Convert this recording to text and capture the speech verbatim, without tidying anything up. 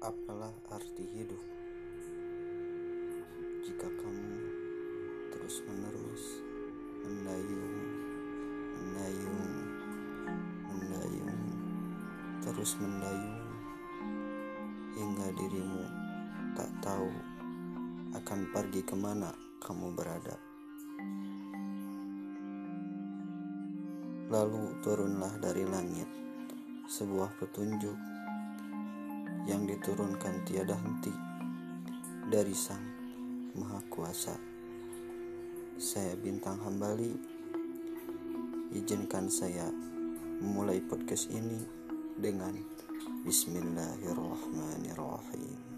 Apalah arti hidup jika kamu terus-menerus mendayung, mendayung, mendayung, terus mendayung hingga dirimu tak tahu akan pergi kemana kamu berada. Lalu turunlah dari langit sebuah petunjuk yang diturunkan tiada henti dari Sang Maha Kuasa. Saya Bintang Hambali, izinkan saya memulai podcast ini dengan Bismillahirrahmanirrahim.